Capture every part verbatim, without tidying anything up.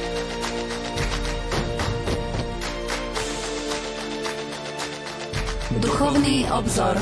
Duchovný obzor.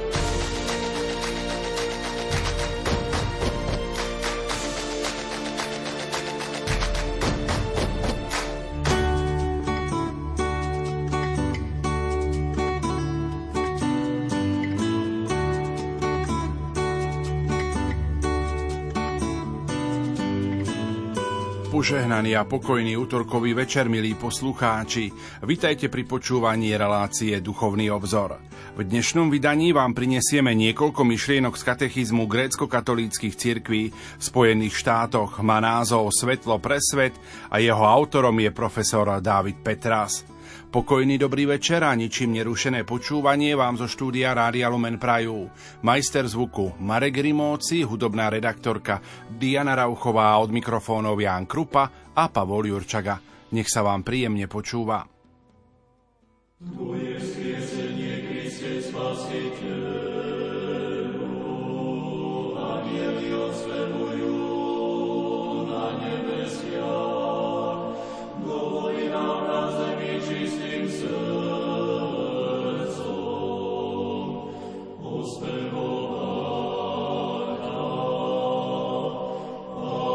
Požehnaný a pokojný utorkový večer, milí poslucháči. Vitajte pri počúvaní relácie Duchovný obzor. V dnešnom vydaní vám prinesieme niekoľko myšlienok z katechizmu grécko-katolíckych cirkví v Spojených štátoch. Má názov Svetlo pre svet a jeho autorom je profesor David Petras. Pokojný dobrý večer a ničím nerušené počúvanie vám zo štúdia Rádia Lumen prajú majster zvuku Marek Rimóci, hudobná redaktorka Diana Rauchová, od mikrofónov Ján Krupa a Pavol Jurčaga. Nech sa vám príjemne počúva. Tvoje skriesenie, Kriste Spasiteľu, anjeli ospevujú na nebesiach, govori nám na zemi čistým srdcom, ospevovať a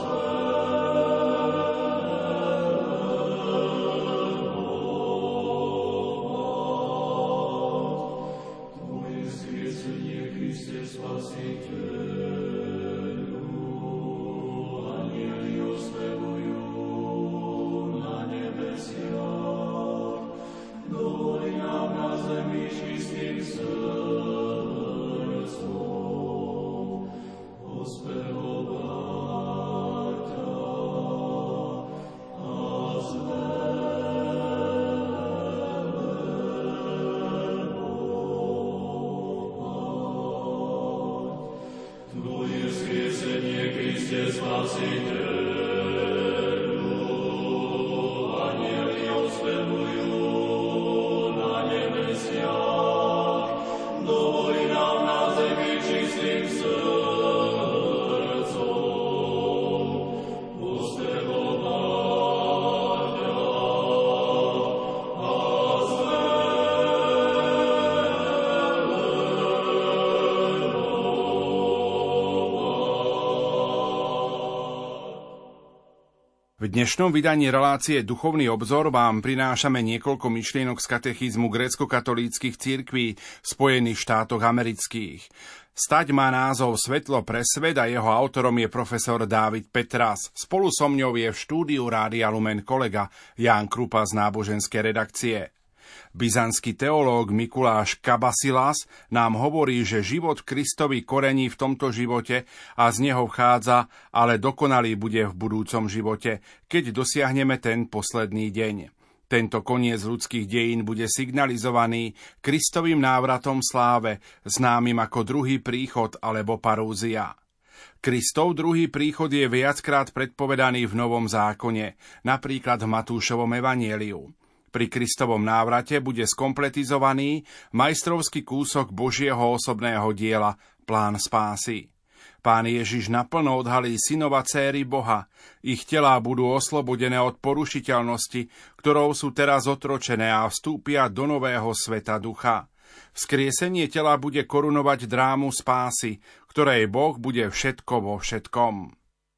V dnešnom vydaní relácie Duchovný obzor vám prinášame niekoľko myšlienok z katechizmu grécko-katolíckych cirkví v Spojených štátoch amerických. Stať má názov Svetlo pre svet a jeho autorom je profesor David Petras. Spolu so mňou je v štúdiu Rádia Lumen kolega Ján Krupa z náboženskej redakcie. Byzantský teológ Mikuláš Kabasilas nám hovorí, že život Kristovi korení v tomto živote a z neho vchádza, ale dokonalý bude v budúcom živote, keď dosiahneme ten posledný deň. Tento koniec ľudských dejín bude signalizovaný Kristovým návratom sláve, známym ako druhý príchod alebo parúzia. Kristov druhý príchod je viackrát predpovedaný v Novom zákone, napríklad v Matúšovom evanjeliu. Pri Kristovom návrate bude skompletizovaný majstrovský kúsok Božieho osobného diela, plán spásy. Pán Ježiš naplno odhalí synova céry Boha. Ich telá budú oslobodené od porušiteľnosti, ktorou sú teraz otročené, a vstúpia do nového sveta ducha. Vzkriesenie tela bude korunovať drámu spásy, ktorej Boh bude všetko vo všetkom.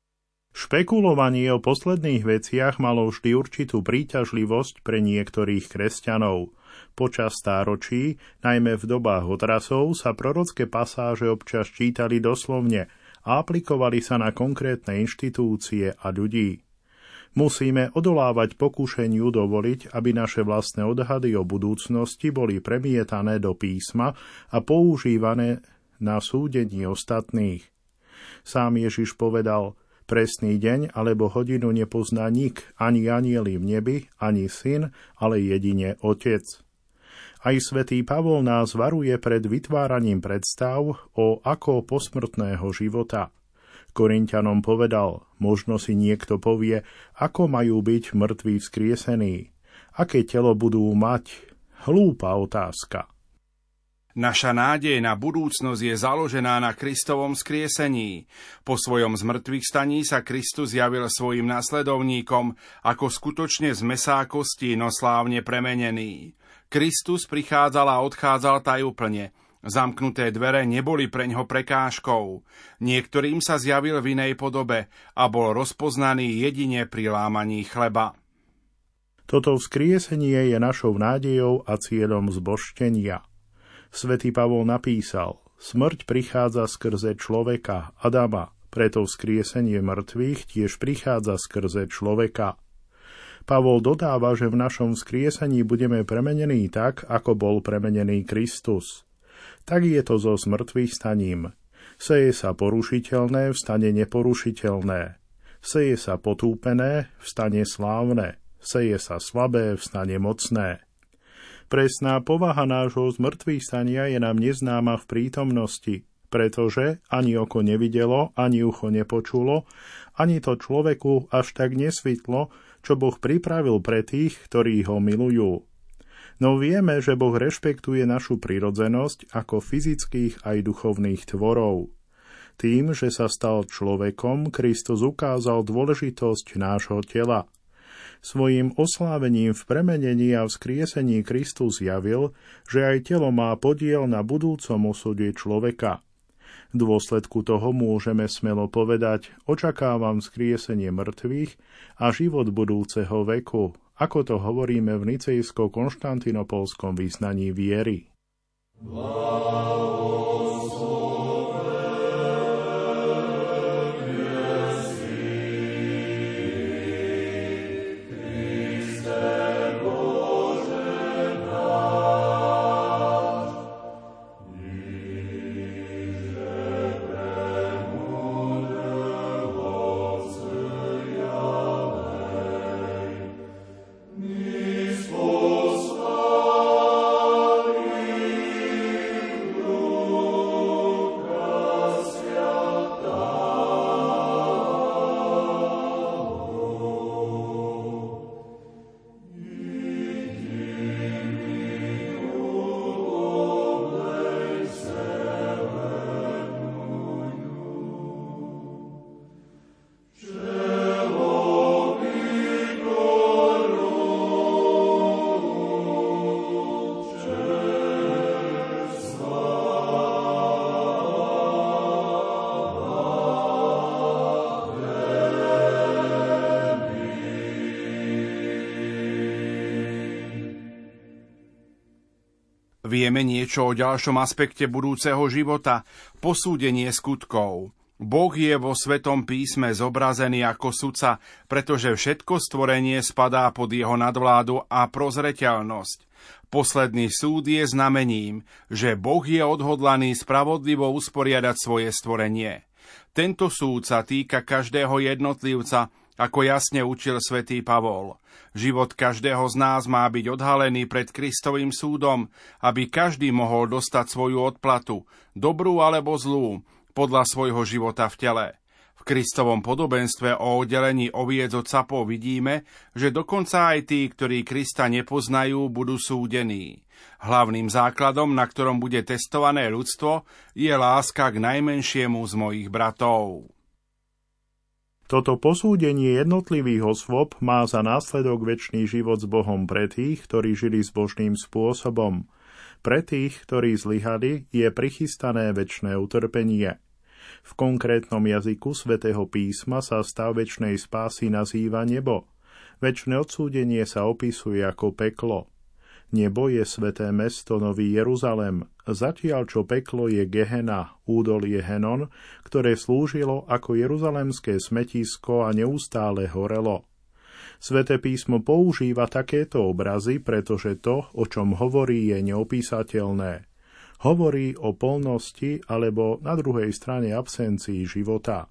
Špekulovanie o posledných veciach malo vždy určitú príťažlivosť pre niektorých kresťanov. Počas stáročí, najmä v dobách otrasov, sa prorocké pasáže občas čítali doslovne a aplikovali sa na konkrétne inštitúcie a ľudí. Musíme odolávať pokušeniu dovoliť, aby naše vlastné odhady o budúcnosti boli premietané do písma a používané na súdenie ostatných. Sám Ježiš povedal: presný deň alebo hodinu nepozná nik, ani anjeli v nebi, ani syn, ale jedine Otec. Aj svätý Pavol nás varuje pred vytváraním predstav o ako posmrtného života. Korinťanom povedal: možno si niekto povie, ako majú byť mŕtvi vzkriesení. Aké telo budú mať? Hlúpa otázka. Naša nádej na budúcnosť je založená na Kristovom skriesení. Po svojom zmrtvých staní sa Kristus javil svojim nasledovníkom ako skutočne z mäsa a kostí, no slávne premenený. Kristus prichádzal a odchádzal tajúplne. Zamknuté dvere neboli preňho prekážkou. Niektorým sa zjavil v inej podobe a bol rozpoznaný jedine pri lámaní chleba. Toto vzkriesenie je našou nádejou a cieľom zbožtenia. Svätý Pavol napísal: Smrť prichádza skrze človeka, Adama, preto vzkriesenie mŕtvych tiež prichádza skrze človeka. Pavol dodáva, že v našom vzkriesení budeme premenení tak, ako bol premenený Kristus. Tak je to so smrtvých staním. Seje sa porušiteľné, vstane neporušiteľné. Seje sa potúpené, vstane slávne. Seje sa slabé, vstane mocné. Presná povaha nášho zmrtvých stania je nám neznáma v prítomnosti, pretože ani oko nevidelo, ani ucho nepočulo, ani to človeku až tak nesvitlo, čo Boh pripravil pre tých, ktorí ho milujú. No vieme, že Boh rešpektuje našu prirodzenosť ako fyzických aj duchovných tvorov. Tým, že sa stal človekom, Kristus ukázal dôležitosť nášho tela. Svojím oslávením v premenení a vzkriesení Kristus javil, že aj telo má podiel na budúcom osude človeka. V dôsledku toho môžeme smelo povedať: očakávam vzkriesenie mŕtvych a život budúceho veku, ako to hovoríme v nicejsko-konštantinopolskom vyznaní viery. Vieme niečo o ďalšom aspekte budúceho života, posúdenie skutkov. Boh je vo Svetom písme zobrazený ako sudca, pretože všetko stvorenie spadá pod jeho nadvládu a prozreteľnosť. Posledný súd je znamením, že Boh je odhodlaný spravodlivo usporiadať svoje stvorenie. Tento súd sa týka každého jednotlivca, ako jasne učil svätý Pavol. Život každého z nás má byť odhalený pred Kristovým súdom, aby každý mohol dostať svoju odplatu, dobrú alebo zlú, podľa svojho života v tele. V Kristovom podobenstve o oddelení oviec od sapov vidíme, že dokonca aj tí, ktorí Krista nepoznajú, budú súdení. Hlavným základom, na ktorom bude testované ľudstvo, je láska k najmenšiemu z mojich bratov. Toto posúdenie jednotlivých osôb má za následok večný život s Bohom pre tých, ktorí žili zbožným spôsobom. Pre tých, ktorí zlyhali, je prichystané večné utrpenie. V konkrétnom jazyku Svätého písma sa stav večnej spásy nazýva nebo. Večné odsúdenie sa opisuje ako peklo. Nebo je sväté mesto Nový Jeruzalem, zatiaľ čo peklo je Gehena, údolie Henon, ktoré slúžilo ako jeruzalemské smetisko a neustále horelo. Sväté písmo používa takéto obrazy, pretože to, o čom hovorí, je neopísateľné. Hovorí o plnosti alebo na druhej strane absencii života.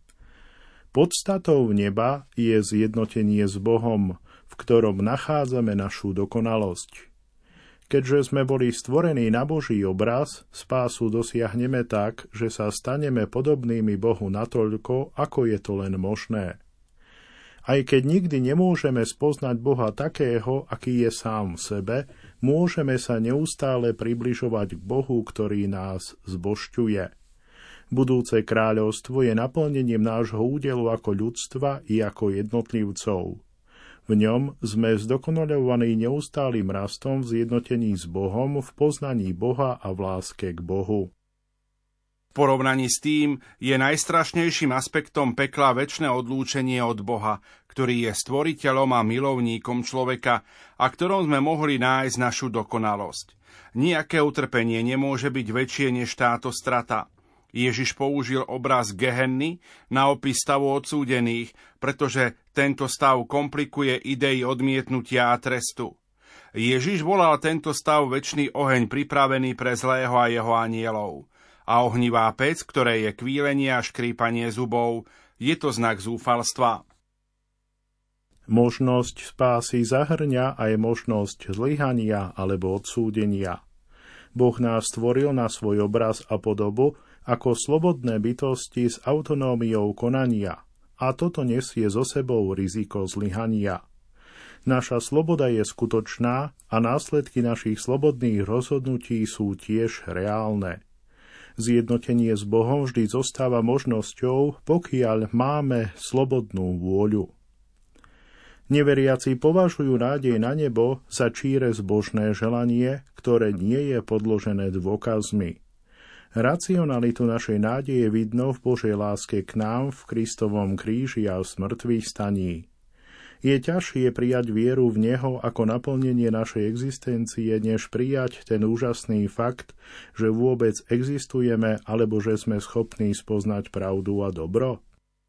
Podstatou neba je zjednotenie s Bohom, v ktorom nachádzame našu dokonalosť. Keďže sme boli stvorení na Boží obraz, spásu dosiahneme tak, že sa staneme podobnými Bohu natoľko, ako je to len možné. Aj keď nikdy nemôžeme spoznať Boha takého, aký je sám v sebe, môžeme sa neustále približovať k Bohu, ktorý nás zbožťuje. Budúce kráľovstvo je naplnením nášho údelu ako ľudstva i ako jednotlivcov. V ňom sme zdokonaľovaní neustálým rastom v zjednotení s Bohom, v poznaní Boha a v láske k Bohu. V porovnaní s tým je najstrašnejším aspektom pekla večné odlúčenie od Boha, ktorý je stvoriteľom a milovníkom človeka a ktorom sme mohli nájsť našu dokonalosť. Nijaké utrpenie nemôže byť väčšie než táto strata. Ježiš použil obraz Gehenny na opis stavu odsúdených, pretože tento stav komplikuje idei odmietnutia a trestu. Ježiš volal tento stav večný oheň pripravený pre zlého a jeho anielov. A ohnivá pec, ktoré je kvílenie a škrípanie zubov, je to znak zúfalstva. Možnosť spásy zahrňa aj možnosť zlyhania alebo odsúdenia. Boh nás stvoril na svoj obraz a podobu ako slobodné bytosti s autonómiou konania a toto nesie so sebou riziko zlyhania. Naša sloboda je skutočná a následky našich slobodných rozhodnutí sú tiež reálne. Zjednotenie s Bohom vždy zostáva možnosťou, pokiaľ máme slobodnú vôľu. Neveriaci považujú nádej na nebo za číre zbožné želanie, ktoré nie je podložené dôkazmi. Racionalitu našej nádeje vidno v Božej láske k nám v Kristovom kríži a v smrtvých staní. Je ťažšie prijať vieru v Neho ako naplnenie našej existencie, než prijať ten úžasný fakt, že vôbec existujeme alebo že sme schopní spoznať pravdu a dobro.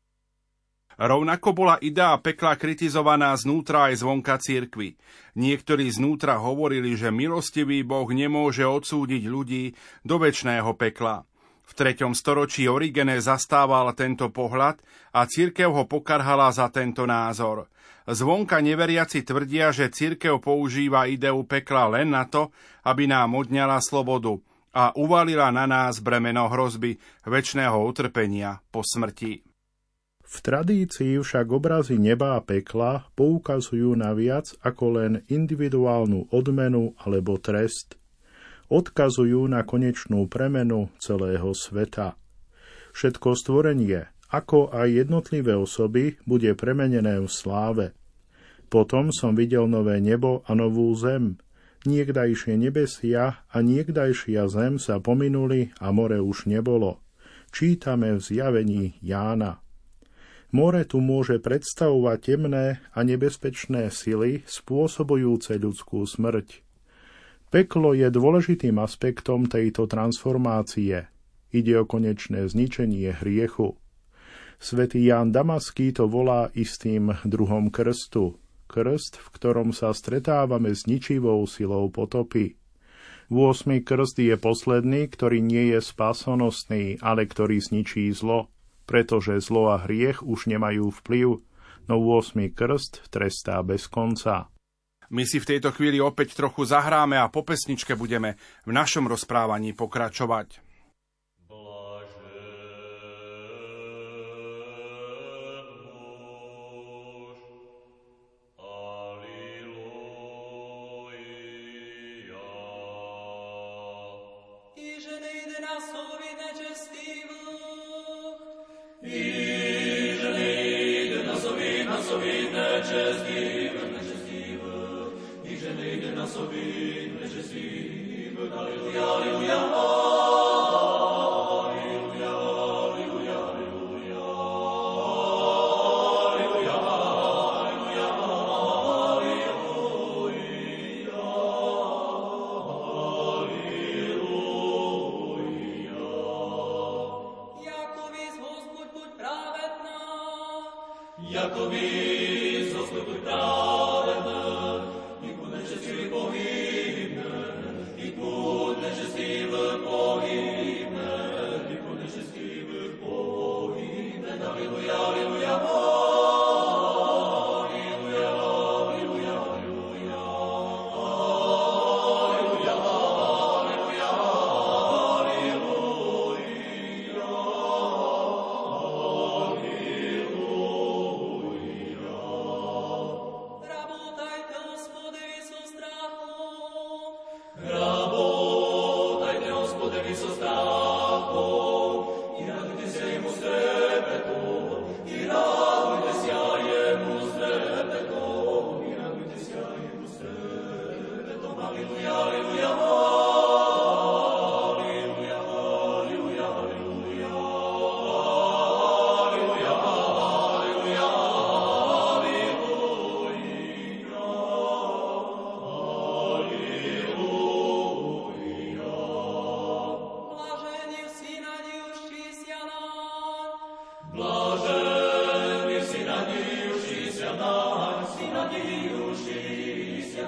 Rovnako bola idea pekla kritizovaná znútra aj zvonka cirkvi. Niektorí znútra hovorili, že milostivý Boh nemôže odsúdiť ľudí do večného pekla. V treťom storočí Origenes zastával tento pohľad a cirkev ho pokarhala za tento názor. Zvonka neveriaci tvrdia, že cirkev používa ideu pekla len na to, aby nám odňala slobodu a uvalila na nás bremeno hrozby večného utrpenia po smrti. V tradícii však obrazy neba a pekla poukazujú na viac ako len individuálnu odmenu alebo trest. Odkazujú na konečnú premenu celého sveta. Všetko stvorenie, ako aj jednotlivé osoby, bude premenené v sláve. Potom som videl nové nebo a novú zem. Niekdajšie nebesia a niekdajšia zem sa pominuli a more už nebolo. Čítame v zjavení Jána. More tu môže predstavovať temné a nebezpečné sily spôsobujúce ľudskú smrť. Peklo je dôležitým aspektom tejto transformácie. Ide o konečné zničenie hriechu. Svätý Ján Damaský to volá istým druhom krstu. Krst, v ktorom sa stretávame s ničivou silou potopy. Vôsmy krst je posledný, ktorý nie je spásonosný, ale ktorý zničí zlo. Pretože zlo a hriech už nemajú vplyv, no ôsmy krst trestá bez konca. My si v tejto chvíli opäť trochu zahráme a po pesničke budeme v našom rozprávaní pokračovať.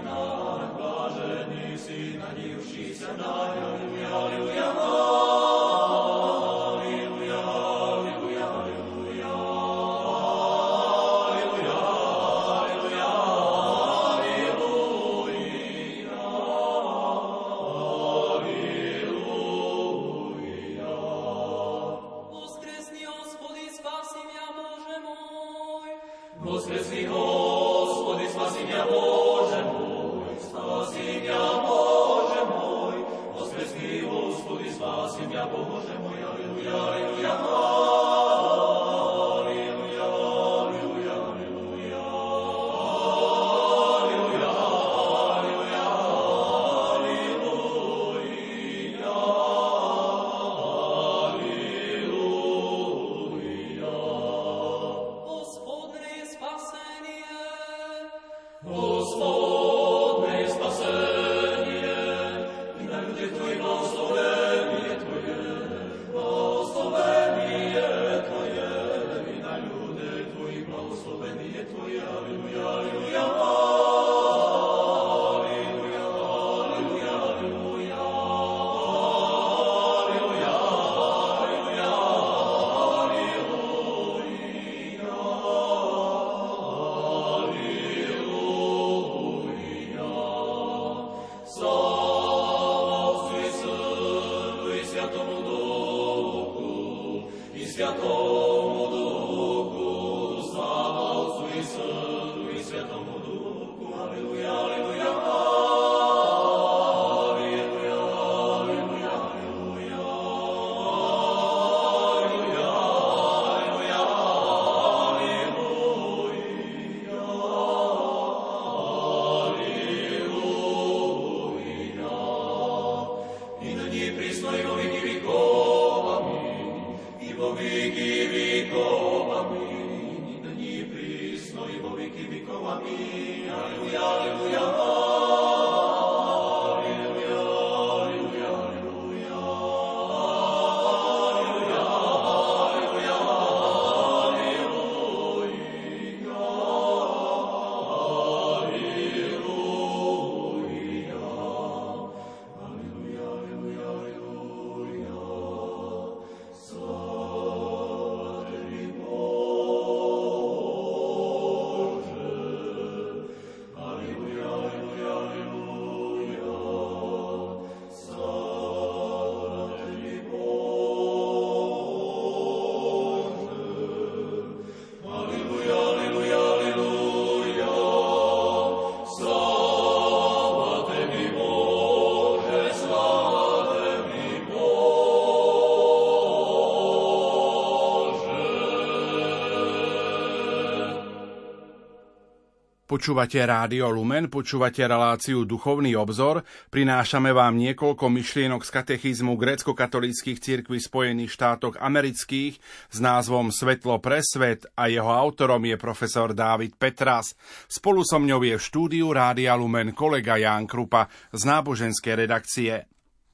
Počúvate Rádio Lumen, počúvate reláciu Duchovný obzor, prinášame vám niekoľko myšlienok z katechizmu grécko-katolíckych cirkví v Spojených štátoch amerických s názvom Svetlo pre svet a jeho autorom je profesor Dávid Petras. Spolu so mňou je v štúdiu Rádia Lumen kolega Ján Krupa z náboženskej redakcie.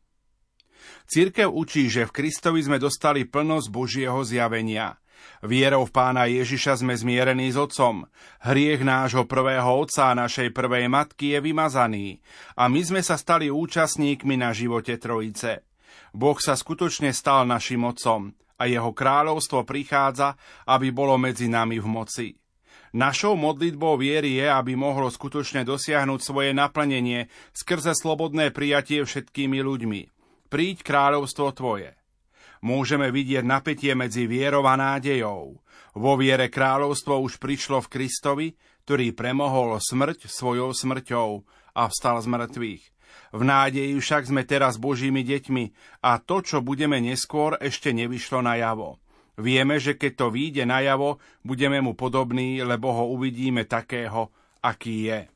Cirkev učí, že v Kristovi sme dostali plnosť Božieho zjavenia. Vierou v Pána Ježiša sme zmierení s Otcom. Hriech nášho prvého otca a našej prvej matky je vymazaný a my sme sa stali účastníkmi na živote Trojice. Boh sa skutočne stal našim Otcom a jeho kráľovstvo prichádza, aby bolo medzi nami v moci. Našou modlitbou viery je, aby mohlo skutočne dosiahnuť svoje naplnenie skrze slobodné prijatie všetkými ľuďmi. Príď kráľovstvo Tvoje. Môžeme vidieť napätie medzi vierou a nádejou. Vo viere kráľovstvo už prišlo v Kristovi, ktorý premohol smrť svojou smrťou a vstal z mŕtvych. V nádeji však sme teraz Božími deťmi a to, čo budeme neskôr, ešte nevyšlo najavo. Vieme, že keď to vyjde najavo, budeme mu podobní, lebo ho uvidíme takého, aký je.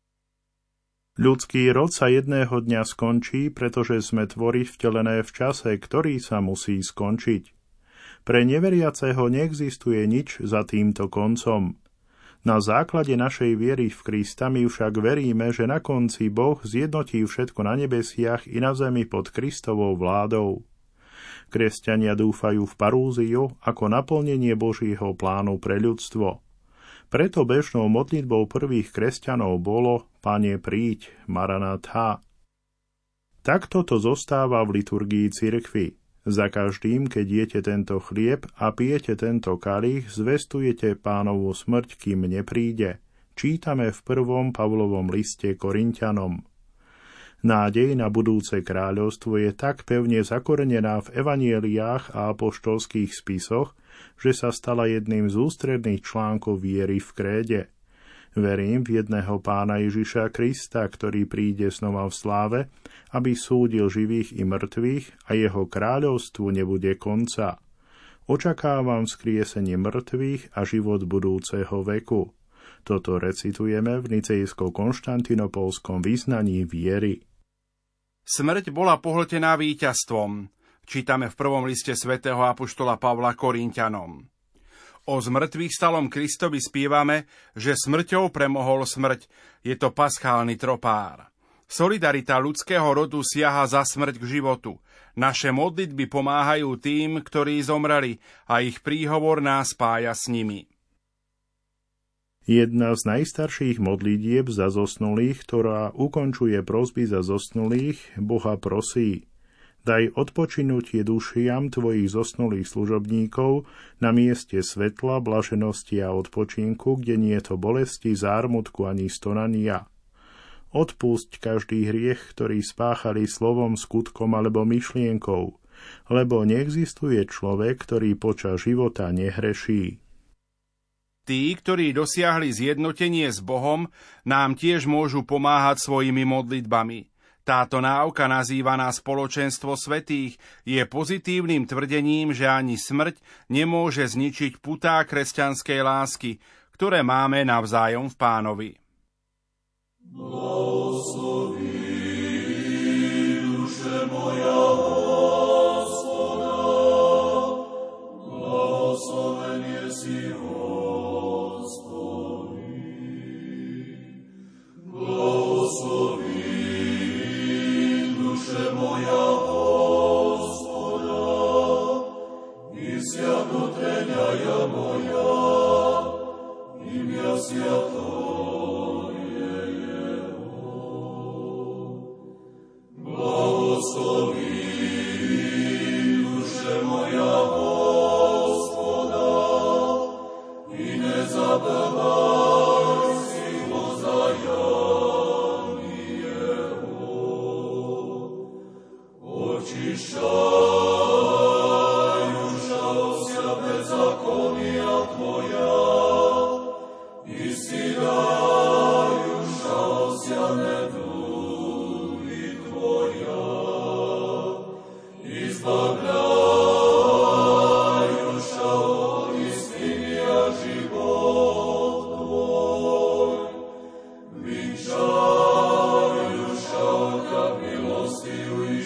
Ľudský rod sa jedného dňa skončí, pretože sme tvory vtelené v čase, ktorý sa musí skončiť. Pre neveriaceho neexistuje nič za týmto koncom. Na základe našej viery v Krista my však veríme, že na konci Boh zjednotí všetko na nebesiach i na zemi pod Kristovou vládou. Kresťania dúfajú v parúziu ako naplnenie Božieho plánu pre ľudstvo. Preto bežnou modlitbou prvých kresťanov bolo Pane príď, Maranatha. Takto to zostáva v liturgii cirkvi. Za každým, keď jete tento chlieb a pijete tento kalich, zvestujete Pánovu smrť, kým nepríde. Čítame v prvom Pavlovom liste Korinťanom. Nádej na budúce kráľovstvo je tak pevne zakorenená v evanjeliách a apoštolských spisoch, že sa stala jedným z ústredných článkov viery v kréde. Verím v jedného Pána Ježiša Krista, ktorý príde znova v sláve, aby súdil živých i mŕtvych a jeho kráľovstvu nebude konca. Očakávam vzkriesenie mŕtvych a život budúceho veku. Toto recitujeme v nicejsko-konštantinopolskom vyznaní viery. Smrť bola pohltená víťazstvom. Čítame v prvom liste svätého apoštola Pavla Korinťanom. O zmrtvých stalom Kristovi spievame, že smrťou premohol smrť. Je to paschálny tropár. Solidarita ľudského rodu siaha za smrť k životu. Naše modlitby pomáhajú tým, ktorí zomreli, a ich príhovor nás spája s nimi. Jedna z najstarších modlitieb za zosnulých, ktorá ukončuje prosby za zosnulých, Boha prosí: daj odpočinutie dušiam tvojich zosnulých služobníkov na mieste svetla, blaženosti a odpočinku, kde nie je to bolesti, zármutku ani stonania. Odpusť každý hriech, ktorý spáchali slovom, skutkom alebo myšlienkou, lebo neexistuje človek, ktorý počas života nehreší. Tí, ktorí dosiahli zjednotenie s Bohom, nám tiež môžu pomáhať svojimi modlitbami. Táto náuka, nazývaná spoločenstvo svätých, je pozitívnym tvrdením, že ani smrť nemôže zničiť putá kresťanskej lásky, ktoré máme navzájom v Pánovi. Blahosloví duše moja Hospoda, blahosloven je si Hospodin. Blahosloví moja Hospoda, i sviatotrenia moja, imia sviato je Jeho. Blahosloví duše moja Hospoda, i nezabývaj si ho zajami Jeho. Očišťaj duša osia bezakonia tvoja, i si daj duša osia nedúly tvoja, i zbavľaj duša od istiny a život tvoj. Vinčaj duša od jak milostiu i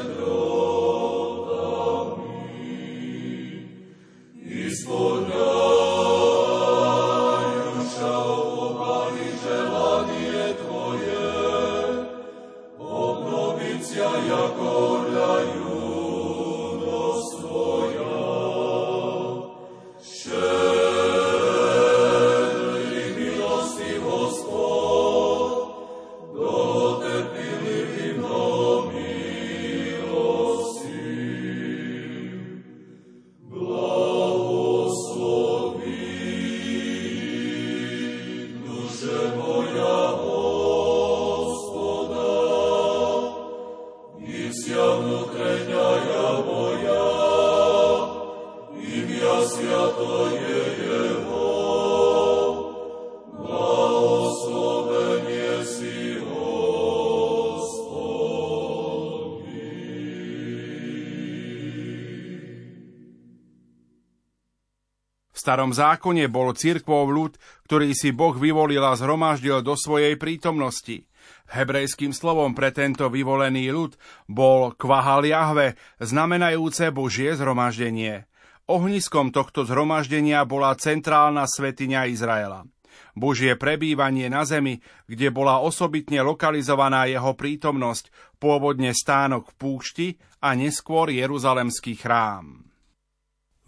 V starom zákone bol cirkvou ľud, ktorý si Boh vyvolil a zhromaždil do svojej prítomnosti. Hebrejským slovom pre tento vyvolený ľud bol kvahal Jahve, znamenajúce Božie zhromaždenie. Ohniskom tohto zhromaždenia bola centrálna svätyňa Izraela. Božie prebývanie na zemi, kde bola osobitne lokalizovaná jeho prítomnosť, pôvodne stánok v púšti a neskôr Jeruzalemský chrám.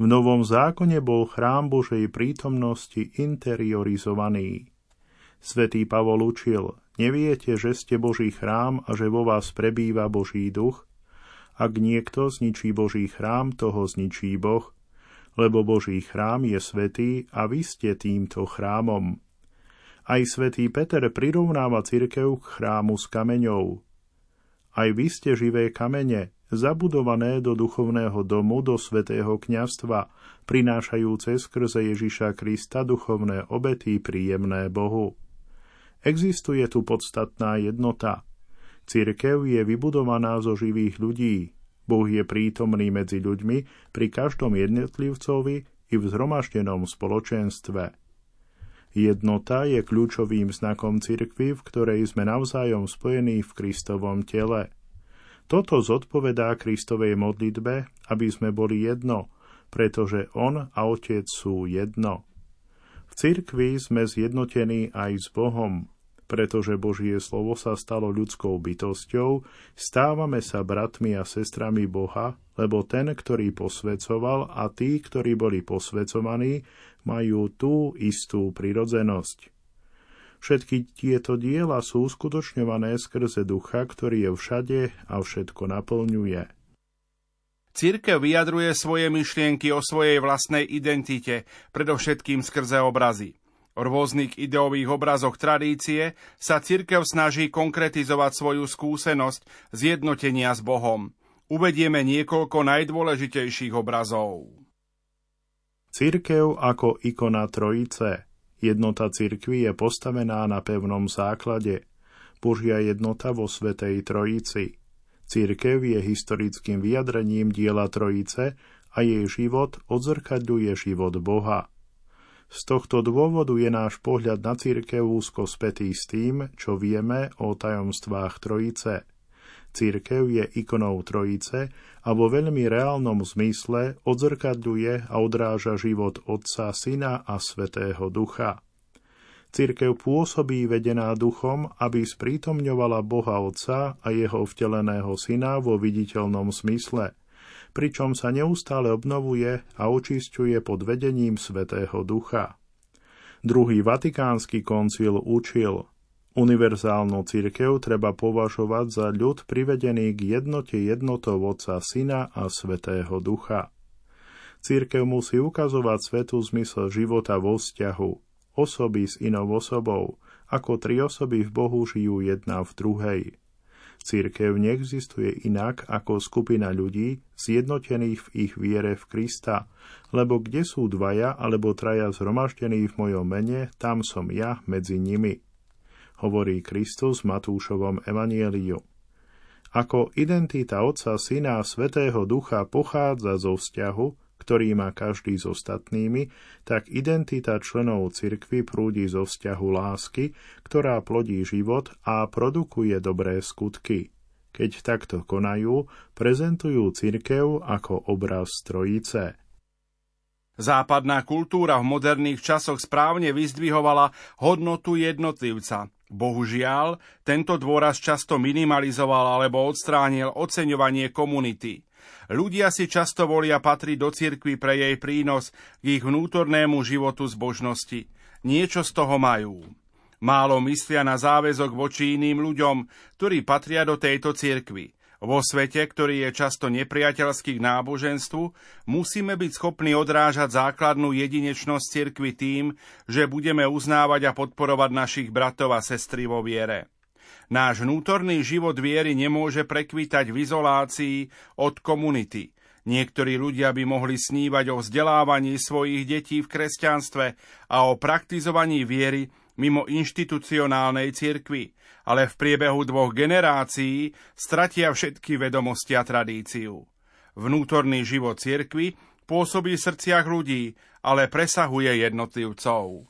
V Novom zákone bol chrám Božej prítomnosti interiorizovaný. Svätý Pavol učil: neviete, že ste Boží chrám a že vo vás prebýva Boží duch? Ak niekto zničí Boží chrám, toho zničí Boh, lebo Boží chrám je svätý a vy ste týmto chrámom. Aj svätý Peter prirovnáva cirkev k chrámu s kameňou. Aj vy ste živé kamene, zabudované do duchovného domu, do svätého kňazstva, prinášajúce skrze Ježiša Krista duchovné obety príjemné Bohu. Existuje tu podstatná jednota. Cirkev je vybudovaná zo živých ľudí. Boh je prítomný medzi ľuďmi pri každom jednotlivcovi i v zhromaždenom spoločenstve. Jednota je kľúčovým znakom cirkvi, v ktorej sme navzájom spojení v Kristovom tele. Toto zodpovedá Kristovej modlitbe, aby sme boli jedno, pretože On a Otec sú jedno. V cirkvi sme zjednotení aj s Bohom. Pretože Božie slovo sa stalo ľudskou bytosťou, stávame sa bratmi a sestrami Boha, lebo ten, ktorý posväcoval, a tí, ktorí boli posväcovaní, majú tú istú prirodzenosť. Všetky tieto diela sú uskutočňované skrze Ducha, ktorý je všade a všetko naplňuje. Cirkev vyjadruje svoje myšlienky o svojej vlastnej identite, predovšetkým skrze obrazy. O rôznych ideových obrazoch tradície sa cirkev snaží konkretizovať svoju skúsenosť zjednotenia s Bohom. Uvedieme niekoľko najdôležitejších obrazov. Cirkev ako ikona Trojice. Jednota cirkvi je postavená na pevnom základe. Božia jednota vo Svätej Trojici. Cirkev je historickým vyjadrením diela Trojice a jej život odzrkadľuje život Boha. Z tohto dôvodu je náš pohľad na cirkev úzko spätý s tým, čo vieme o tajomstvách Trojice. Cirkev je ikonou Trojice a vo veľmi reálnom zmysle odzrkadľuje a odráža život Otca, Syna a Svätého Ducha. Cirkev pôsobí vedená Duchom, aby sprítomňovala Boha Otca a jeho vteleného Syna vo viditeľnom zmysle, pričom sa neustále obnovuje a očisťuje pod vedením Svätého Ducha. Druhý vatikánsky koncil učil: univerzálnu cirkev treba považovať za ľud privedený k jednote jednotou Otca, Syna a Svätého Ducha. Cirkev musí ukazovať svetu zmysel života vo vzťahu, osoby s inou osobou, ako tri osoby v Bohu žijú jedna v druhej. Cirkev neexistuje inak ako skupina ľudí zjednotených v ich viere v Krista, lebo kde sú dvaja alebo traja zhromaždení v mojom mene, tam som ja medzi nimi, hovorí Kristus v Matúšovom evanjeliu. Ako identita Otca, Syna a Svätého Ducha pochádza zo vzťahu, ktorý má každý s ostatnými, tak identita členov cirkvi prúdi zo vzťahu lásky, ktorá plodí život a produkuje dobré skutky. Keď takto konajú, prezentujú cirkev ako obraz Trojice. Západná kultúra v moderných časoch správne vyzdvihovala hodnotu jednotlivca. Bohužiaľ, tento dôraz často minimalizoval alebo odstránil oceňovanie komunity. Ľudia si často volia patriť do cirkvi pre jej prínos k ich vnútornému životu zbožnosti. Niečo z toho majú. Málo myslia na záväzok voči iným ľuďom, ktorí patria do tejto cirkvi. Vo svete, ktorý je často nepriateľský k náboženstvu, musíme byť schopní odrážať základnú jedinečnosť cirkvi tým, že budeme uznávať a podporovať našich bratov a sestry vo viere. Náš vnútorný život viery nemôže prekvitať v izolácii od komunity. Niektorí ľudia by mohli snívať o vzdelávaní svojich detí v kresťanstve a o praktizovaní viery mimo inštitucionálnej cirkvi, ale v priebehu dvoch generácií stratia všetky vedomosti a tradíciu. Vnútorný život cirkvi pôsobí v srdciach ľudí, ale presahuje jednotlivcov.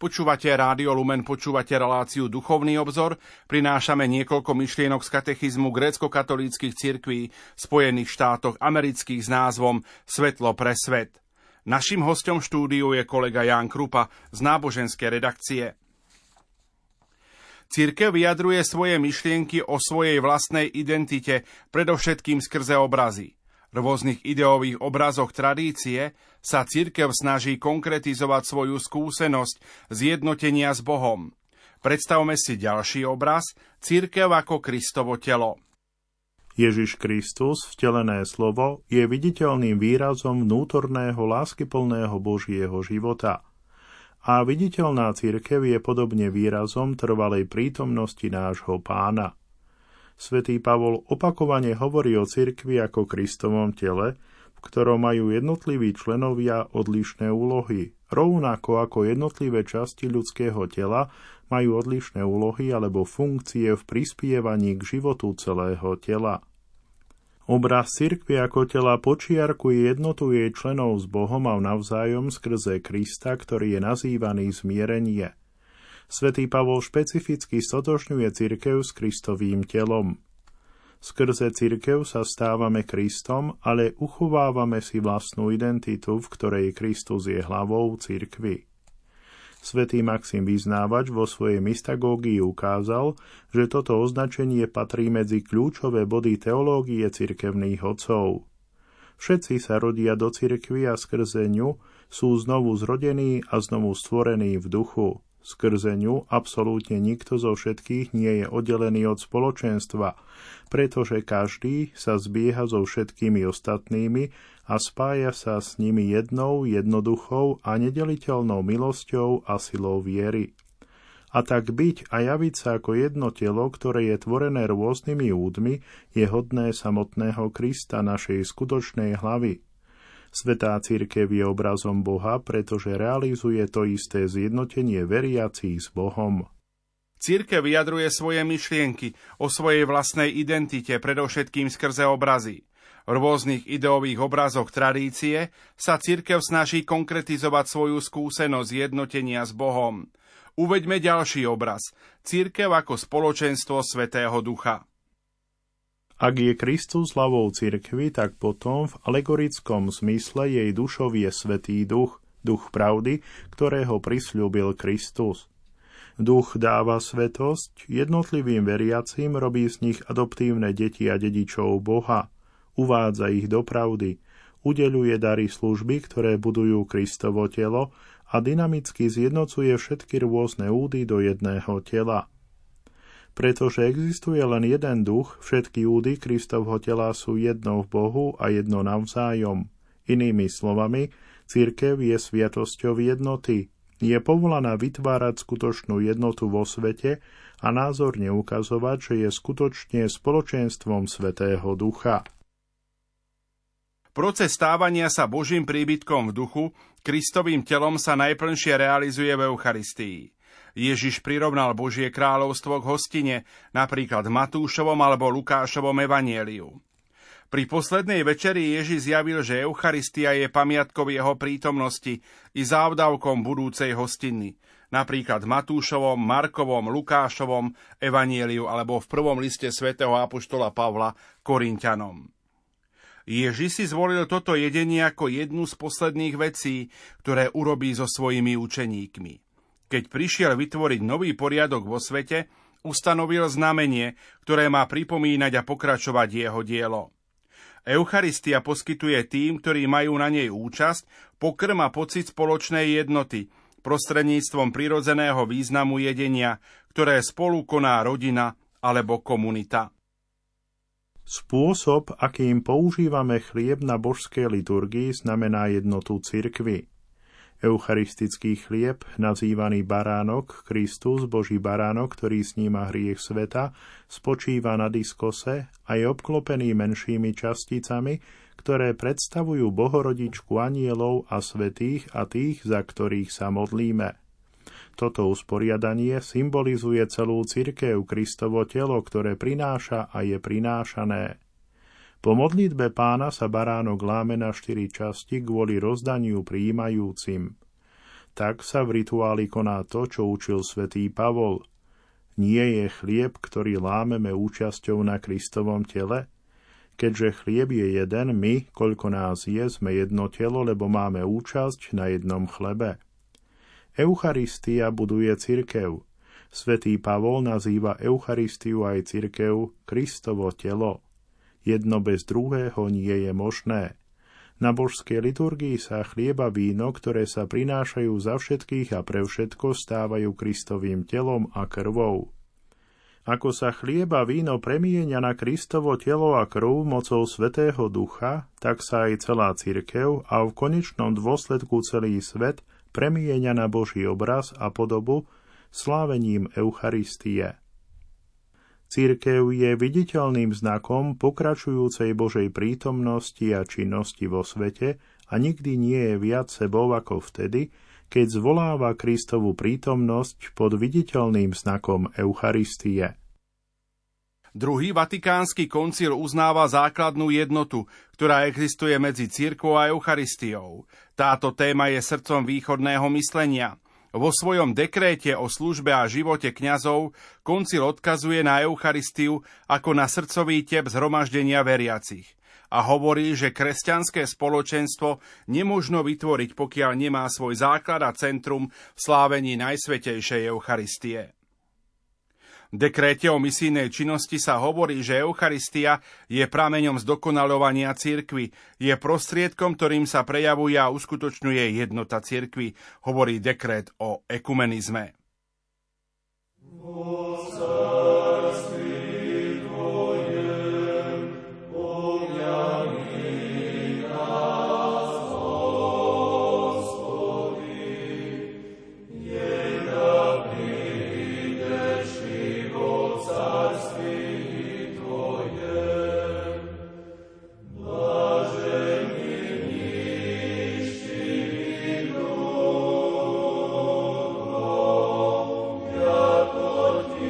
Počúvate Rádio Lumen, počúvate reláciu Duchovný obzor. Prinášame niekoľko myšlienok z katechizmu grécko-katolíckych cirkví v Spojených štátoch amerických s názvom Svetlo pre svet. Naším hosťom štúdiu je kolega Ján Krupa z náboženskej redakcie. Cirkev vyjadruje svoje myšlienky o svojej vlastnej identite, predovšetkým skrze obrazy. V rôznych ideových obrazoch tradície sa cirkev snaží konkretizovať svoju skúsenosť zjednotenia s Bohom. Predstavme si ďalší obraz, cirkev ako Kristovo telo. Ježiš Kristus, vtelené slovo, je viditeľným výrazom vnútorného láskyplného Božieho života. A viditeľná cirkev je podobne výrazom trvalej prítomnosti nášho Pána. Svätý Pavol opakovane hovorí o cirkvi ako Kristovom tele, v ktorom majú jednotliví členovia odlišné úlohy, rovnako ako jednotlivé časti ľudského tela majú odlišné úlohy alebo funkcie v prispievaní k životu celého tela. Obraz cirkvi ako tela počiarkuje jednotu jej členov s Bohom a navzájom skrze Krista, ktorý je nazývaný zmierenie. Svätý Pavol špecificky stotožňuje cirkev s Kristovým telom. Skrze cirkev sa stávame Kristom, ale uchovávame si vlastnú identitu, v ktorej Kristus je hlavou cirkvi. Svätý Maxim Vyznávač vo svojej mystagógii ukázal, že toto označenie patrí medzi kľúčové body teológie cirkevných otcov. Všetci sa rodia do cirkvi a skrze ňu sú znovu zrodení a znovu stvorení v duchu. Skrze ňu absolútne nikto zo všetkých nie je oddelený od spoločenstva, pretože každý sa zbieha so všetkými ostatnými a spája sa s nimi jednou, jednoduchou a nedeliteľnou milosťou a silou viery. A tak byť a javiť sa ako jedno telo, ktoré je tvorené rôznymi údmi, je hodné samotného Krista, našej skutočnej hlavy. Svätá cirkev je obrazom Boha, pretože realizuje to isté zjednotenie veriacich s Bohom. Cirkev vyjadruje svoje myšlienky o svojej vlastnej identite, predovšetkým skrze obrazy. V rôznych ideových obrazoch tradície sa cirkev snaží konkretizovať svoju skúsenosť zjednotenia s Bohom. Uveďme ďalší obraz. Cirkev ako spoločenstvo Svätého Ducha. Ak je Kristus hlavou cirkvi, tak potom v alegorickom zmysle jej dušou je Svätý Duch, duch pravdy, ktorého prisľúbil Kristus. Duch dáva svetosť, jednotlivým veriacim robí z nich adoptívne deti a dedičov Boha, uvádza ich do pravdy, udeľuje dary služby, ktoré budujú Kristovo telo a dynamicky zjednocuje všetky rôzne údy do jedného tela. Pretože existuje len jeden duch, všetky údy Kristovho tela sú jedno v Bohu a jedno navzájom. Inými slovami, cirkev je sviatosťou jednoty. Je povolaná vytvárať skutočnú jednotu vo svete a názorne ukazovať, že je skutočne spoločenstvom Svätého Ducha. Proces stávania sa Božím príbytkom v duchu, Kristovým telom sa najplnšie realizuje v Eucharistii. Ježiš prirovnal Božie kráľovstvo k hostine, napríklad v Matúšovom alebo Lukášovom evanjeliu. Pri poslednej večeri Ježiš zjavil, že Eucharistia je pamiatkou jeho prítomnosti i závdavkom budúcej hostiny, napríklad v Matúšovom, Markovom, Lukášovom evanjeliu alebo v prvom liste svätého apoštola Pavla Korinťanom. Ježiš si zvolil toto jedenie ako jednu z posledných vecí, ktoré urobí so svojimi učeníkmi. Keď prišiel vytvoriť nový poriadok vo svete, ustanovil znamenie, ktoré má pripomínať a pokračovať jeho dielo. Eucharistia poskytuje tým, ktorí majú na nej účasť, pokrm a pocit spoločnej jednoty, prostredníctvom prirodzeného významu jedenia, ktoré spolu koná rodina alebo komunita. Spôsob, akým používame chlieb na božskej liturgii, znamená jednotu cirkvi. Eucharistický chlieb, nazývaný baránok, Kristus, Boží baránok, ktorý sníma hriech sveta, spočíva na diskose a je obklopený menšími časticami, ktoré predstavujú Bohorodičku anielov a svätých a tých, za ktorých sa modlíme. Toto usporiadanie symbolizuje celú cirkev, Kristovo telo, ktoré prináša a je prinášané. Po modlitbe Pána sa baránok láme na štyri časti kvôli rozdaniu prijímajúcim. tak sa v rituáli koná to, čo učil svätý Pavol. Nie je chlieb, ktorý lámeme účasťou na Kristovom tele? Keďže chlieb je jeden, my, koľko nás je, sme jedno telo, lebo máme účasť na jednom chlebe. Eucharistia buduje cirkev. Svätý Pavol nazýva Eucharistiu aj cirkev Kristovo telo. Jedno bez druhého nie je možné. Na božskej liturgii sa chlieb a víno, ktoré sa prinášajú za všetkých a pre všetko, stávajú Kristovým telom a krvou. Ako sa chlieb a víno premieňa na Kristovo telo a krv mocou Svätého Ducha, tak sa aj celá cirkev a v konečnom dôsledku celý svet premieňa na Boží obraz a podobu slávením Eucharistie. Cirkev je viditeľným znakom pokračujúcej Božej prítomnosti a činnosti vo svete a nikdy nie je viac sebou ako vtedy, keď zvoláva Kristovu prítomnosť pod viditeľným znakom Eucharistie. Druhý vatikánsky koncil uznáva základnú jednotu, ktorá existuje medzi cirkvou a Eucharistiou. Táto téma je srdcom východného myslenia. Vo svojom dekréte o službe a živote kňazov koncil odkazuje na Eucharistiu ako na srdcový tep zhromaždenia veriacich a hovorí, že kresťanské spoločenstvo nemožno vytvoriť, pokiaľ nemá svoj základ a centrum v slávení Najsvätejšej Eucharistie. V dekréte o misijnej činnosti sa hovorí, že Eucharistia je prameňom zdokonaľovania cirkvi, je prostriedkom, ktorým sa prejavuje a uskutočňuje jednota cirkvi, hovorí dekrét o ekumenizme. Lord.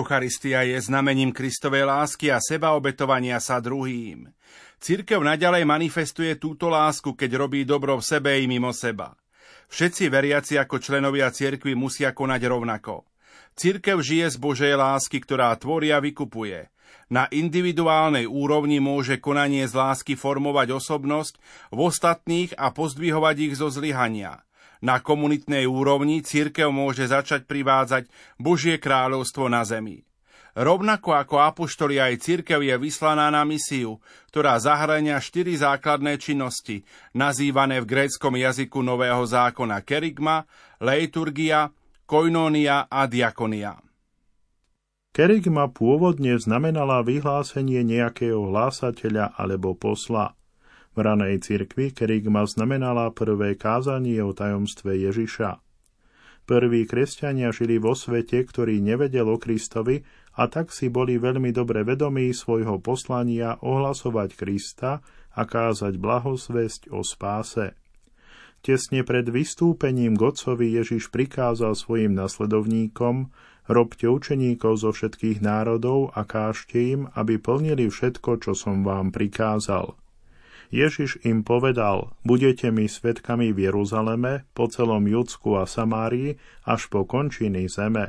Eucharistia je znamením Kristovej lásky a sebaobetovania sa druhým. Cirkev naďalej manifestuje túto lásku, keď robí dobro v sebe i mimo seba. Všetci veriaci ako členovia cirkvi musia konať rovnako. Cirkev žije z Božej lásky, ktorá tvorí a vykupuje. Na individuálnej úrovni môže konanie z lásky formovať osobnosť v ostatných a pozdvihovať ich zo zlyhania. Na komunitnej úrovni cirkev môže začať privádzať Božie kráľovstvo na zemi. Rovnako ako apoštoli aj cirkev je vyslaná na misiu, ktorá zahŕňa štyri základné činnosti, nazývané v gréckom jazyku Nového zákona kerygma, leiturgia, koinónia a diakonia. Kerygma pôvodne znamenala vyhlásenie nejakého hlásateľa alebo posla. V ranej cirkvi kerygma znamenala prvé kázanie o tajomstve Ježiša. Prví kresťania žili vo svete, ktorý nevedel o Kristovi, a tak si boli veľmi dobre vedomí svojho poslania ohlasovať Krista a kázať blahosvesť o spáse. Tesne pred vystúpením k Otcovi Ježiš prikázal svojim nasledovníkom: robte učeníkov zo všetkých národov a kážte im, aby plnili všetko, čo som vám prikázal. Ježiš im povedal: budete mi svedkami v Jeruzaleme, po celom Judsku a Samárii, až po končiny zeme.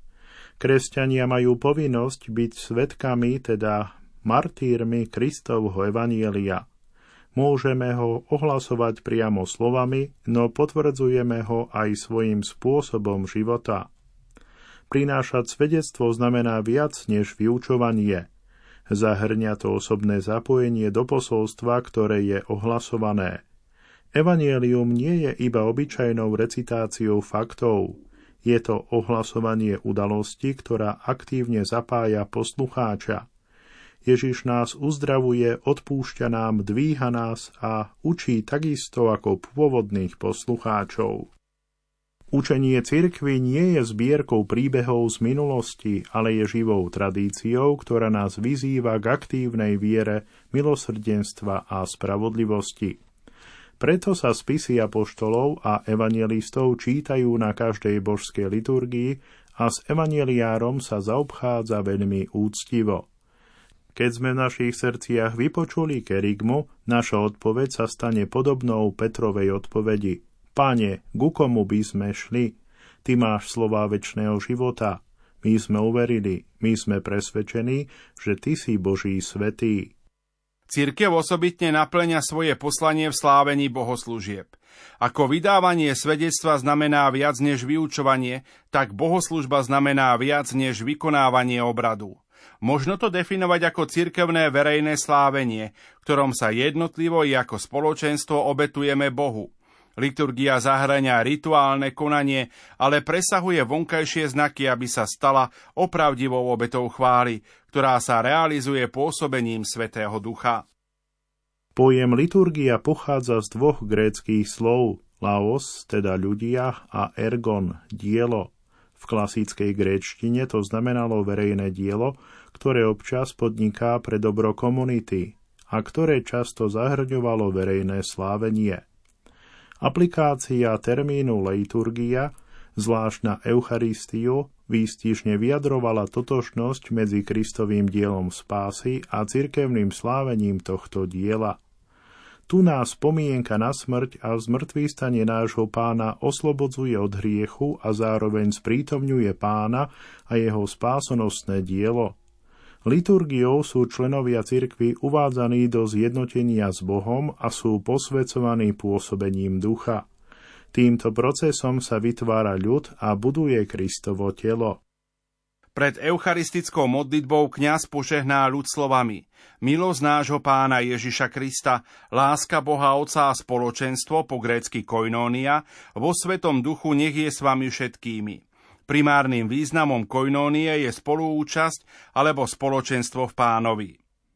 Kresťania majú povinnosť byť svedkami, teda martírmi Kristovho evanjelia. Môžeme ho ohlasovať priamo slovami, no potvrdzujeme ho aj svojím spôsobom života. Prinášať svedectvo znamená viac než vyučovanie. Zahŕňa to osobné zapojenie do posolstva, ktoré je ohlasované. Evanjelium nie je iba obyčajnou recitáciou faktov. Je to ohlasovanie udalosti, ktorá aktívne zapája poslucháča. Ježiš nás uzdravuje, odpúšťa nám, dvíha nás a učí takisto ako pôvodných poslucháčov. Učenie cirkvi nie je zbierkou príbehov z minulosti, ale je živou tradíciou, ktorá nás vyzýva k aktívnej viere, milosrdenstva a spravodlivosti. Preto sa spisy apoštolov a evanjelistov čítajú na každej božskej liturgii a s evanjeliárom sa zaobchádza veľmi úctivo. Keď sme v našich srdciach vypočuli kerygmu, naša odpoveď sa stane podobnou Petrovej odpovedi: Pane, ku komu by sme šli? Ty máš slová večného života. My sme uverili, my sme presvedčení, že Ty si Boží svätý. Cirkev osobitne napĺňa svoje poslanie v slávení bohoslúžieb. Ako vydávanie svedectva znamená viac než vyučovanie, tak bohoslužba znamená viac než vykonávanie obradu. Možno to definovať ako cirkevné verejné slávenie, v ktorom sa jednotlivo i ako spoločenstvo obetujeme Bohu. Liturgia zahŕňa rituálne konanie, ale presahuje vonkajšie znaky, aby sa stala opravdivou obetou chvály, ktorá sa realizuje pôsobením Svätého Ducha. Pojem liturgia pochádza z dvoch gréckych slov: laos, teda ľudia, a ergon, dielo. V klasickej gréčtine to znamenalo verejné dielo, ktoré občas podniká pre dobro komunity a ktoré často zahŕňovalo verejné slávenie. Aplikácia termínu leiturgia, zvlášť na Eucharistiu, výstižne vyjadrovala totožnosť medzi Kristovým dielom spásy a cirkevným slávením tohto diela. Tu nás spomienka na smrť a zmŕtvychvstanie nášho Pána oslobodzuje od hriechu a zároveň sprítomňuje Pána a jeho spásonosné dielo. Liturgiou sú členovia cirkvi uvádzaní do zjednotenia s Bohom a sú posväcovaní pôsobením Ducha. Týmto procesom sa vytvára ľud a buduje Kristovo telo. Pred eucharistickou modlitbou kňaz požehná ľud slovami: milosť nášho Pána Ježiša Krista, láska Boha Otca a spoločenstvo, po grécky koinónia, vo Svetom Duchu nech je s vami všetkými. Primárnym významom koinónie je spoluúčasť alebo spoločenstvo v Pánovi.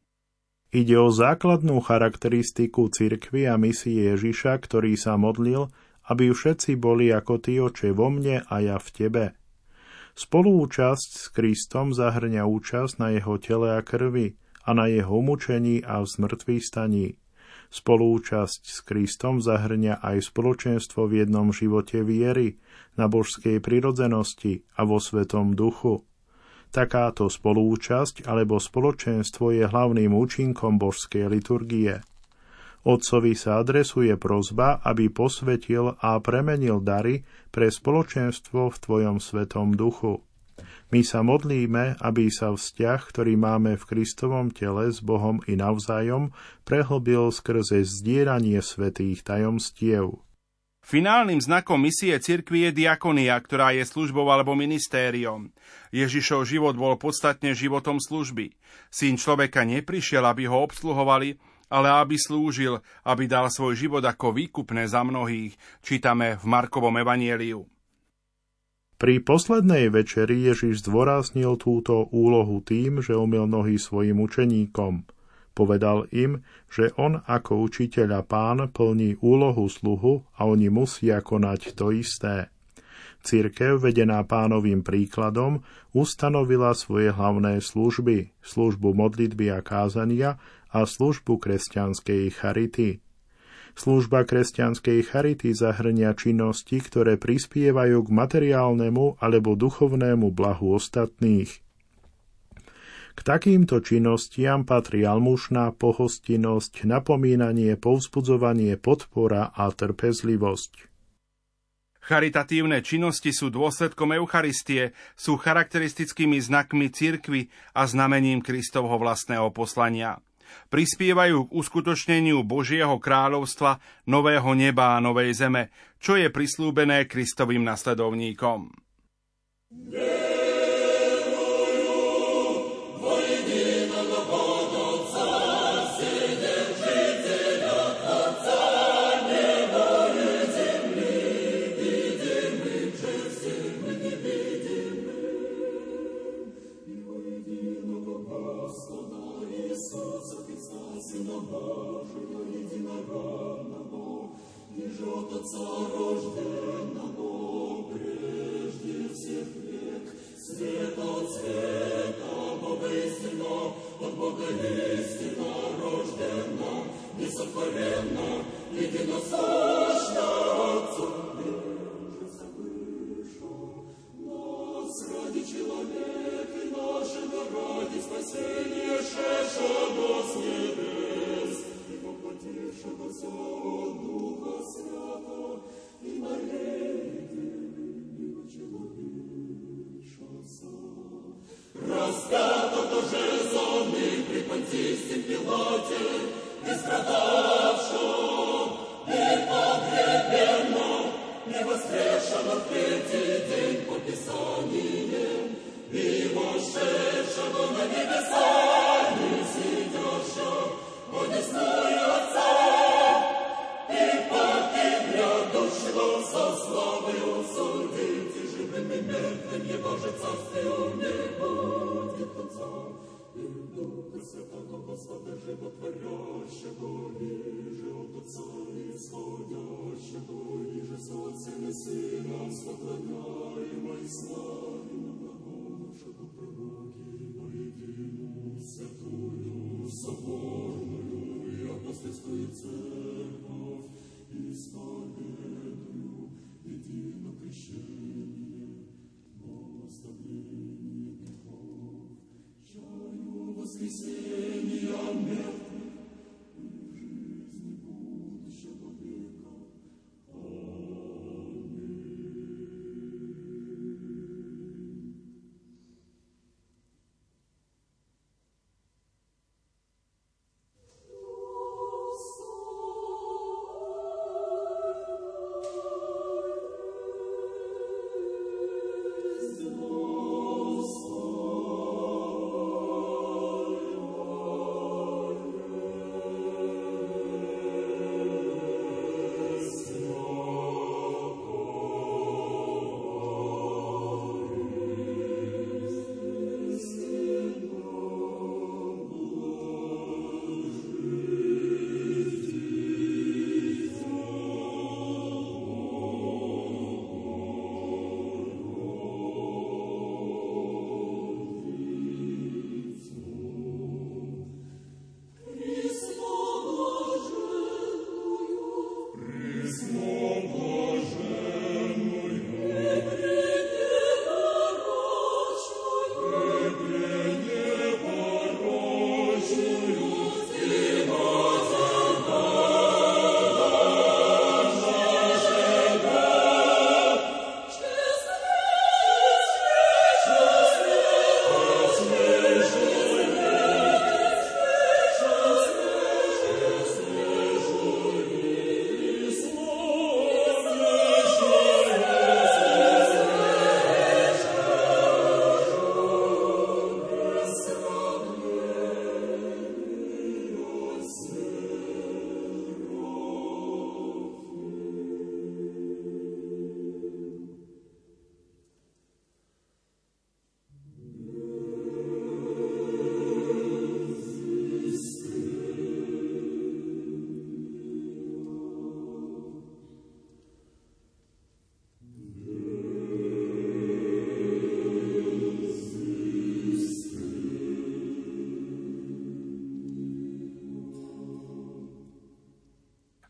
Ide o základnú charakteristiku cirkvi a misie Ježiša, ktorý sa modlil, aby všetci boli ako Ty, Oče, vo mne a ja v Tebe. Spoluúčasť s Kristom zahŕňa účasť na jeho tele a krvi a na jeho umučení a zmŕtvychvstaní. Spoluúčasť s Kristom zahŕňa aj spoločenstvo v jednom živote viery, na božskej prirodzenosti a vo Svetom Duchu. Takáto spolúčasť alebo spoločenstvo je hlavným účinkom božskej liturgie. Otcovi sa adresuje prosba, aby posvetil a premenil dary pre spoločenstvo v tvojom svetom duchu. My sa modlíme, aby sa vzťah, ktorý máme v Kristovom tele s Bohom i navzájom, prehlbil skrze zdieranie svätých tajomstiev. Finálnym znakom misie cirkvi je diakonia, ktorá je službou alebo ministériom. Ježišov život bol podstatne životom služby. Syn človeka neprišiel, aby ho obsluhovali, ale aby slúžil, aby dal svoj život ako výkupné za mnohých, čítame v Markovom evanjeliu. Pri poslednej večeri Ježiš zdôraznil túto úlohu tým, že umyl nohy svojim učeníkom. Povedal im, že on ako učiteľ a pán plní úlohu sluhu a oni musia konať to isté. Cirkev, vedená pánovým príkladom, ustanovila svoje hlavné služby, službu modlitby a kázania a službu kresťanskej charity. Služba kresťanskej charity zahrňa činnosti, ktoré prispievajú k materiálnemu alebo duchovnému blahu ostatných. K takýmto činnostiam patrí almužná, pohostinnosť, napomínanie, povzbudzovanie, podpora a trpezlivosť. Charitatívne činnosti sú dôsledkom Eucharistie, sú charakteristickými znakmi cirkvi a znamením Kristovho vlastného poslania. Prispievajú k uskutočneniu Božieho kráľovstva, nového neba a novej zeme, čo je prislúbené Kristovým nasledovníkom.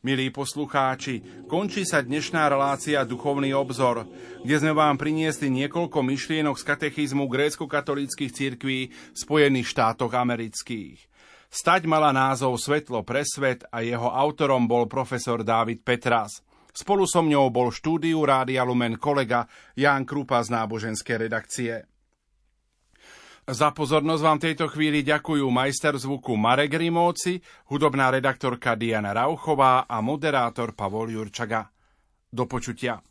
Milí poslucháči, končí sa dnešná relácia Duchovný obzor, kde sme vám priniesli niekoľko myšlienok z katechizmu grécko-katolíckych cirkví v Spojených štátoch amerických. Stať mala názov Svetlo pre svet a jeho autorom bol profesor Dávid Petras. Spolu so mňou bol v štúdiu Rádia Lumen kolega Ján Krupa z náboženskej redakcie. Za pozornosť vám v tejto chvíli ďakujú majster zvuku Marek Rimóci, hudobná redaktorka Diana Rauchová a moderátor Pavol Jurčaga. Do počutia.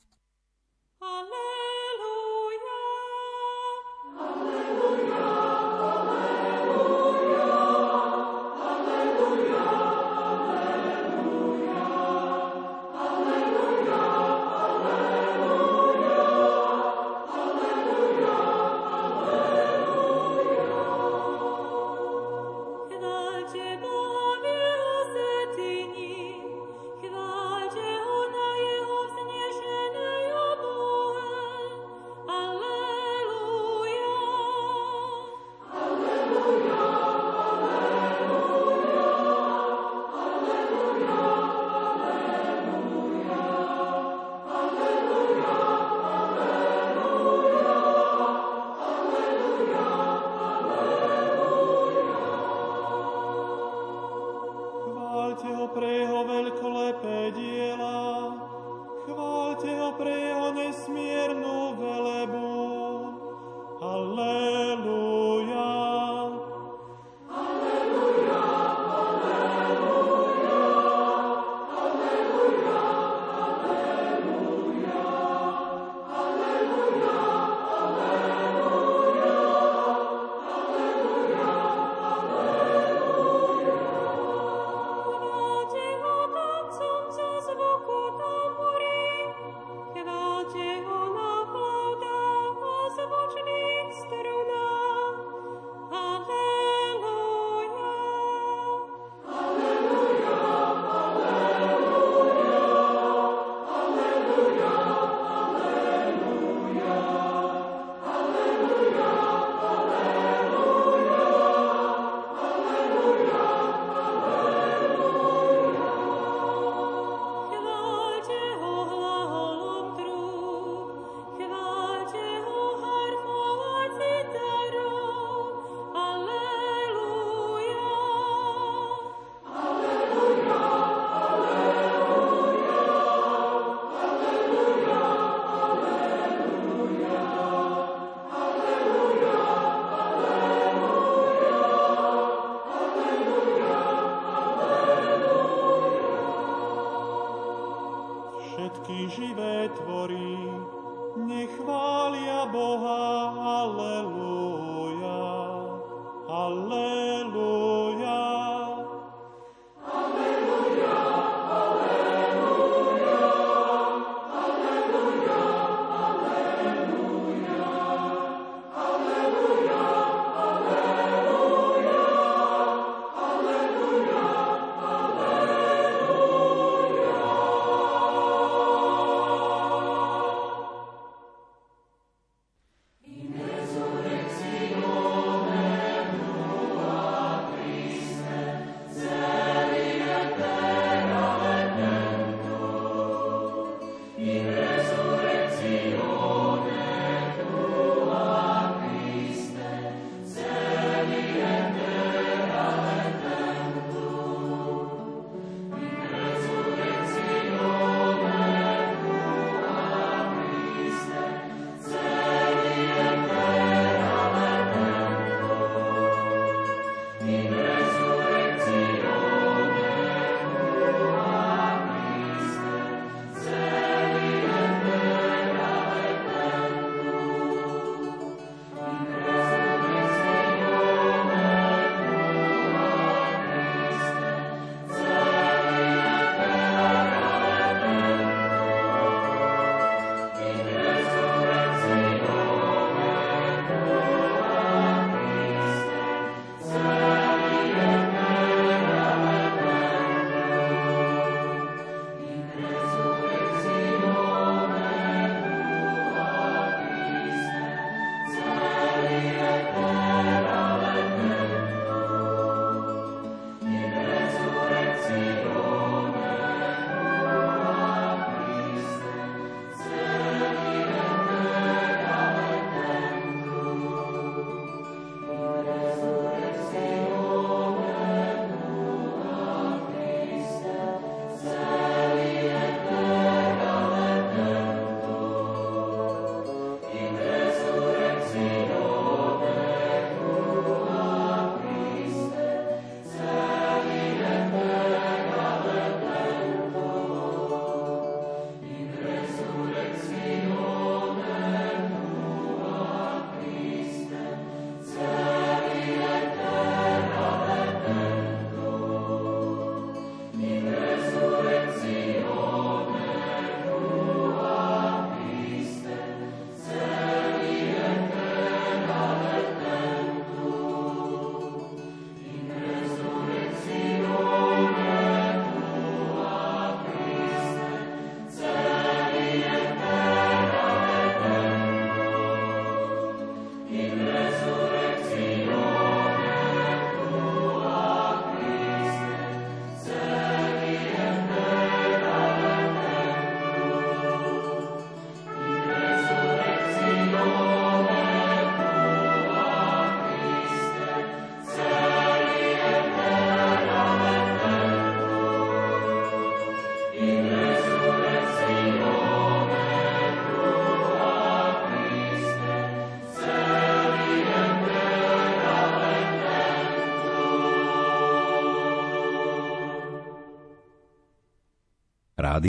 Rádio